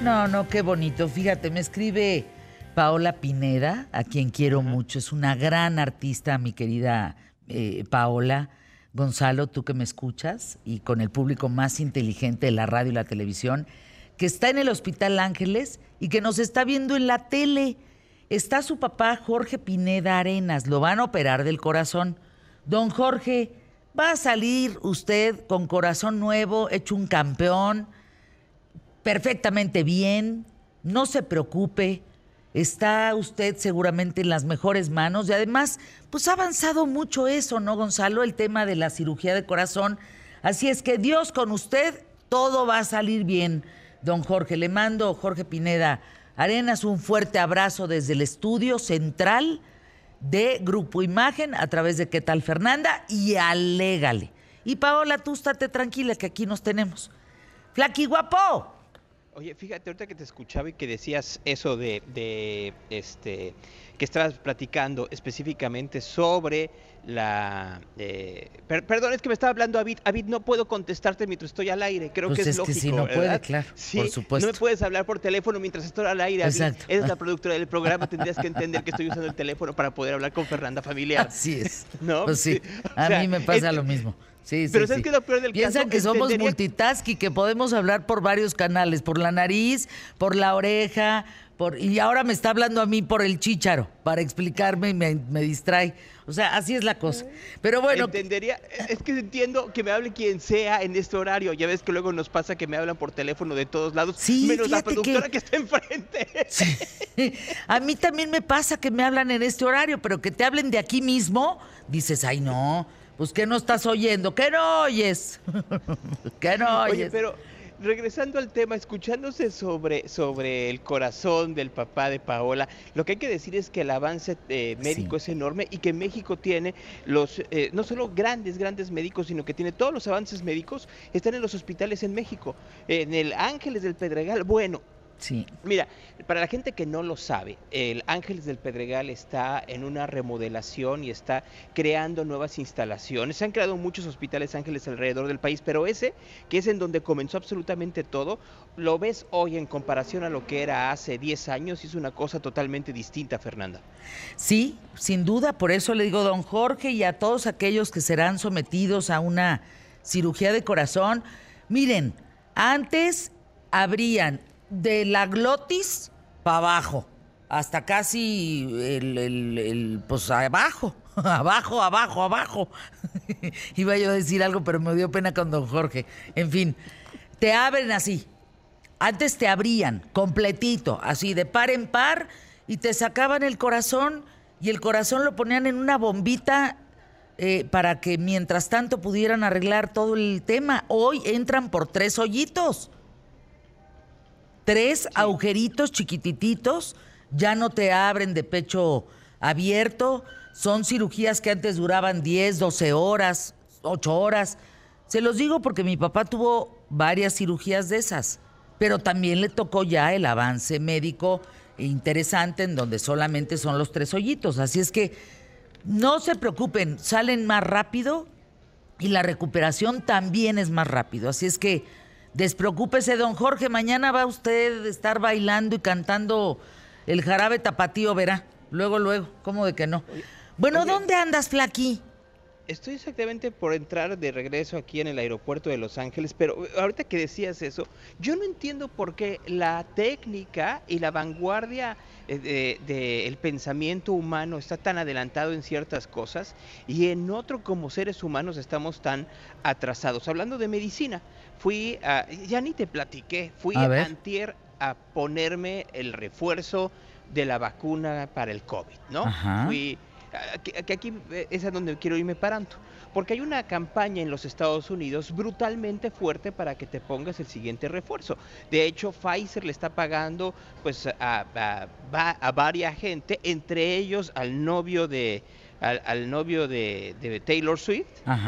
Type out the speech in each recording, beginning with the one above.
No, no, qué bonito. Fíjate, me escribe Paola Pineda, a quien quiero mucho. Es una gran artista, mi querida Paola. Gonzalo, tú que me escuchas, y con el público más inteligente de la radio y la televisión, que está en el Hospital Ángeles y que nos está viendo en la tele. Está su papá, Jorge Pineda Arenas. Lo van a operar del corazón. Don Jorge, va a salir usted con corazón nuevo, hecho un campeón, perfectamente bien, no se preocupe, está usted seguramente en las mejores manos y además, pues ha avanzado mucho eso, ¿no, Gonzalo? El tema de la cirugía de corazón. Así es que Dios con usted, todo va a salir bien, don Jorge. Le mando, Jorge Pineda Arenas, un fuerte abrazo desde el estudio central de Grupo Imagen a través de ¿Qué tal, Fernanda? Y alégale. Y Paola, tú estate tranquila que aquí nos tenemos. ¡Flaqui guapo! Oye, fíjate, ahorita que te escuchaba y que decías eso que estabas platicando específicamente sobre perdón, es que me estaba hablando Avid, no puedo contestarte mientras estoy al aire, creo pues que es lógico, que si no ¿verdad? puede, claro, sí, por supuesto. No me puedes hablar por teléfono mientras estoy al aire, Avid. Exacto. Eres la productora del programa, tendrías que entender que estoy usando el teléfono para poder hablar con Fernanda Familiar. Así es. ¿No? Pues sí, a mí me pasa lo mismo. Sí, pero sí, ¿sabes sí. qué es lo peor del Piensan caso? que somos multitasking, que podemos hablar por varios canales, por la nariz, por la oreja, y ahora me está hablando a mí por el chícharo, para explicarme y me distrae. O sea, así es la cosa. Pero bueno. Es que entiendo que me hable quien sea en este horario. Ya ves que luego nos pasa que me hablan por teléfono de todos lados, sí, menos la productora que está enfrente. Sí. A mí también me pasa que me hablan en este horario, pero que te hablen de aquí mismo, dices, ay no, pues que no estás oyendo, que no oyes. Que no oyes. Oye, pero regresando al tema, escuchándose sobre el corazón del papá de Paola, lo que hay que decir es que el avance médico es enorme y que México tiene no solo grandes médicos, sino que tiene todos los avances médicos, están en los hospitales en México, en el Ángeles del Pedregal. Bueno, sí. Mira, para la gente que no lo sabe, el Ángeles del Pedregal está en una remodelación y está creando nuevas instalaciones. Se han creado muchos hospitales Ángeles alrededor del país, pero ese, que es en donde comenzó absolutamente todo, lo ves hoy en comparación a lo que era hace 10 años y es una cosa totalmente distinta, Fernanda. Sí, sin duda, por eso le digo, don Jorge, y a todos aquellos que serán sometidos a una cirugía de corazón, miren, antes abrían de la glotis para abajo, hasta casi pues abajo. Iba yo a decir algo, pero me dio pena con don Jorge. En fin, te abren así. Antes te abrían completito, así de par en par, y te sacaban el corazón, y el corazón lo ponían en una bombita para que mientras tanto pudieran arreglar todo el tema. Hoy entran por 3 hoyitos. 3 agujeritos chiquitititos, ya no te abren de pecho abierto. Son cirugías que antes duraban 10, 12 horas, 8 horas. Se los digo porque mi papá tuvo varias cirugías de esas, pero también le tocó ya el avance médico interesante en donde solamente son los 3 hoyitos. Así es que no se preocupen, salen más rápido y la recuperación también es más rápido. Así es que despreocúpese, don Jorge, mañana va usted a estar bailando y cantando el jarabe tapatío, verá. Luego, ¿cómo de que no? Bueno, ¿dónde andas, Flaqui? Estoy exactamente por entrar de regreso aquí en el aeropuerto de Los Ángeles, pero ahorita que decías eso, yo no entiendo por qué la técnica y la vanguardia del pensamiento humano está tan adelantado en ciertas cosas y en otro, como seres humanos, estamos tan atrasados. Hablando de medicina, ya ni te platiqué, fui antier a ponerme el refuerzo de la vacuna para el COVID, ¿no? Ajá. Que aquí es a donde quiero irme parando, porque hay una campaña en los Estados Unidos brutalmente fuerte para que te pongas el siguiente refuerzo. De hecho, Pfizer le está pagando pues a varias gente, entre ellos al novio de Taylor Swift,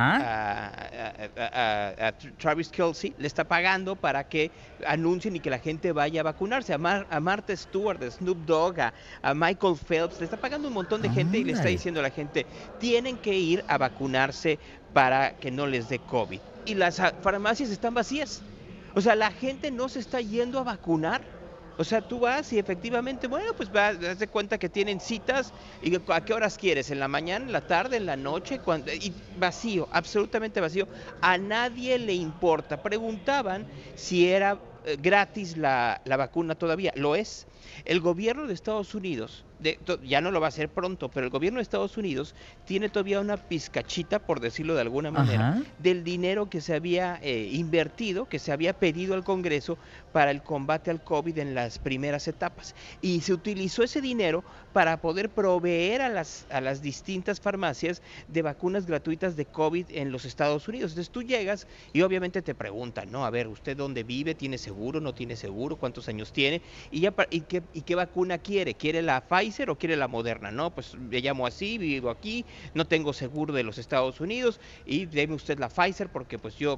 a Travis Kelce, le está pagando para que anuncien y que la gente vaya a vacunarse. A Martha Stewart, a Snoop Dogg, a Michael Phelps, le está pagando un montón de gente y le está diciendo a la gente, tienen que ir a vacunarse para que no les dé COVID. Y las farmacias están vacías. O sea, la gente no se está yendo a vacunar O sea, tú vas y efectivamente, bueno, pues haz de cuenta que tienen citas y a qué horas quieres, en la mañana, en la tarde, en la noche, y vacío, absolutamente vacío. A nadie le importa. Preguntaban si era gratis la vacuna todavía. Lo es. El gobierno de Estados Unidos, ya no lo va a hacer pronto, pero el gobierno de Estados Unidos tiene todavía una pizcachita, por decirlo de alguna manera, Ajá. del dinero que se había invertido, que se había pedido al Congreso para el combate al COVID en las primeras etapas. Y se utilizó ese dinero para poder proveer a las distintas farmacias de vacunas gratuitas de COVID en los Estados Unidos. Entonces tú llegas y obviamente te preguntan, ¿no? A ver, ¿usted dónde vive? ¿Tiene seguro? ¿No tiene seguro? ¿Cuántos años tiene? ¿Y qué vacuna quiere? ¿Quiere la Pfizer o quiere la Moderna? No, pues me llamo así, vivo aquí, no tengo seguro de los Estados Unidos y deme usted la Pfizer porque pues yo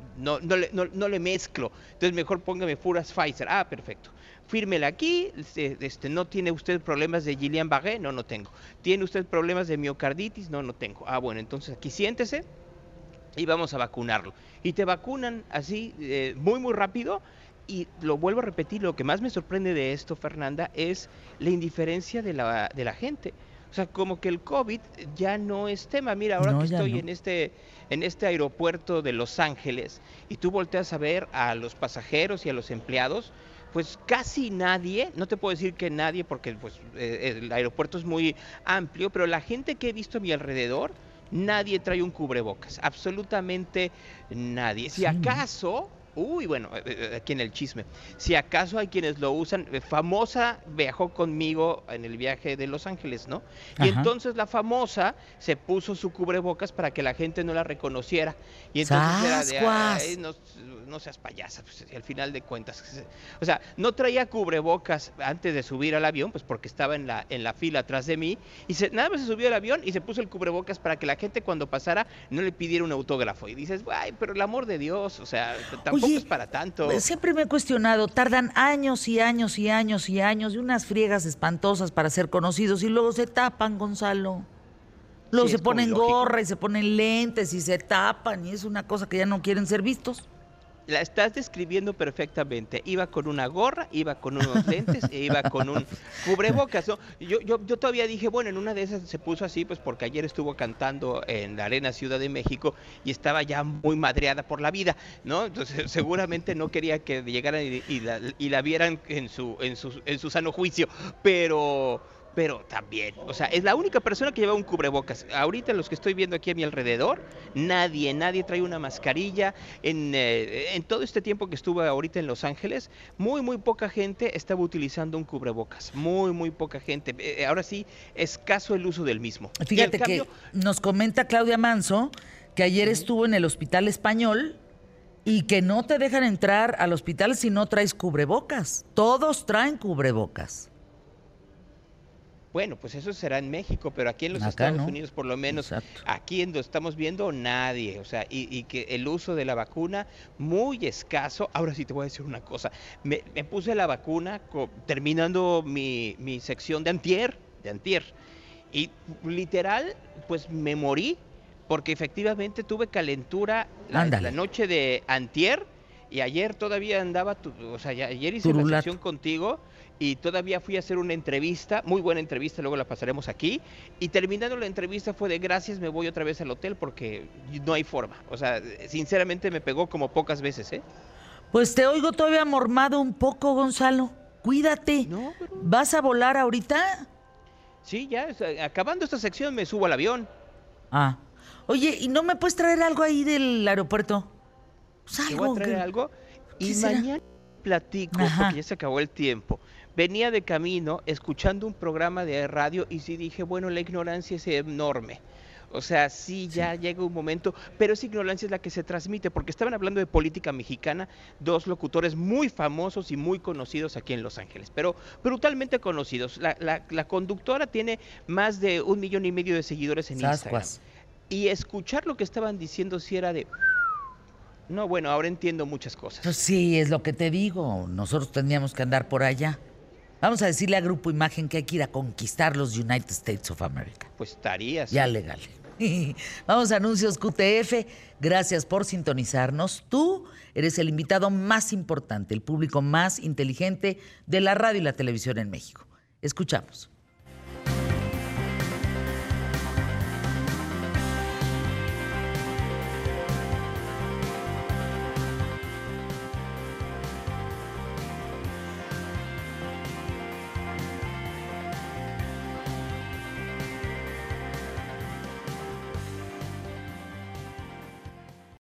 no le mezclo. Entonces mejor póngame puras Pfizer. Ah, perfecto. Fírmela aquí, ¿no tiene usted problemas de Guillain-Barré? No, no tengo. ¿Tiene usted problemas de miocarditis? No, no tengo. Ah, bueno, entonces aquí siéntese y vamos a vacunarlo. Y te vacunan así muy, muy rápido. Y lo vuelvo a repetir, lo que más me sorprende de esto, Fernanda, es la indiferencia de la gente. O sea, como que el COVID ya no es tema. Mira, ahora No, que ya estoy no. en este aeropuerto de Los Ángeles y tú volteas a ver a los pasajeros y a los empleados, pues casi nadie, no te puedo decir que nadie porque pues el aeropuerto es muy amplio, pero la gente que he visto a mi alrededor, nadie trae un cubrebocas, absolutamente nadie. Si Sí, ¿no? acaso, uy, bueno, aquí en el chisme, si acaso hay quienes lo usan, famosa viajó conmigo en el viaje de Los Ángeles, ¿no? Y Ajá. entonces la famosa se puso su cubrebocas para que la gente no la reconociera. Y entonces era de, ay, ¡Sascuas! no seas payasa, pues, al final de cuentas. O sea, no traía cubrebocas antes de subir al avión, pues porque estaba en la fila atrás de mí, y nada más se subió al avión y se puso el cubrebocas para que la gente cuando pasara no le pidiera un autógrafo. Y dices, ay, pero el amor de Dios, o sea, tampoco es Oye, para tanto. siempre me he cuestionado, tardan años y años y años y años y unas friegas espantosas para ser conocidos y luego se tapan, Gonzalo. Luego Sí, se es como ponen ilógico. gorra y se ponen lentes y se tapan y es una cosa que ya no quieren ser vistos. La estás describiendo perfectamente. Iba con una gorra, iba con unos lentes e iba con un cubrebocas, ¿no? Yo todavía dije, bueno, en una de esas se puso así, pues porque ayer estuvo cantando en la Arena Ciudad de México y estaba ya muy madreada por la vida, ¿no? Entonces seguramente no quería que llegaran y la vieran en su sano juicio, pero también, o sea, es la única persona que lleva un cubrebocas. Ahorita los que estoy viendo aquí a mi alrededor, nadie trae una mascarilla. En todo este tiempo que estuve ahorita en Los Ángeles, muy poca gente estaba utilizando un cubrebocas. Muy poca gente. Ahora sí, escaso el uso del mismo. Y en Fíjate cambio, que nos comenta Claudia Manso que ayer estuvo en el Hospital Español y que no te dejan entrar al hospital si no traes cubrebocas. Todos traen cubrebocas. bueno, pues eso será en México, pero aquí en los Acá Estados no. Unidos, por lo menos, Exacto. aquí en lo estamos viendo, nadie. O sea, y que el uso de la vacuna muy escaso. Ahora sí te voy a decir una cosa. Me puse la vacuna terminando mi sección de antier. Y literal, pues me morí, porque efectivamente tuve calentura la Ándale, noche de antier y ayer todavía andaba, o sea, ayer hice la turulato. sección contigo y todavía fui a hacer una entrevista, muy buena entrevista, luego la pasaremos aquí, y terminando la entrevista fue de gracias, me voy otra vez al hotel porque no hay forma. O sea, sinceramente me pegó como pocas veces, ¿eh? Pues te oigo todavía mormado un poco, Gonzalo. Cuídate. No, pero ¿Vas a volar ahorita? sí, ya, o sea, acabando esta sección me subo al avión. Ah. Oye, ¿y no me puedes traer algo ahí del aeropuerto? Pues Te voy a algo. traer algo ¿Qué y será? mañana platico, porque Ajá. ya se acabó el tiempo. Venía de camino escuchando un programa de radio y sí dije, bueno, la ignorancia es enorme. O sea, sí, Sí. ya llega un momento, pero esa ignorancia es la que se transmite, porque estaban hablando de política mexicana, dos locutores muy famosos y muy conocidos aquí en Los Ángeles, pero brutalmente conocidos. La conductora tiene más de 1,5 millones de seguidores en Instagram. Sascuas. Y escuchar lo que estaban diciendo sí era de, no, bueno, ahora entiendo muchas Pues cosas. sí, es lo que te digo. Nosotros tendríamos que andar por allá. Vamos a decirle a Grupo Imagen que hay que ir a conquistar los United States of America. Pues estaría Ya así. legal. Vamos a anuncios QTF. Gracias por sintonizarnos. Tú eres el invitado más importante, el público más inteligente de la radio y la televisión en México. Escuchamos.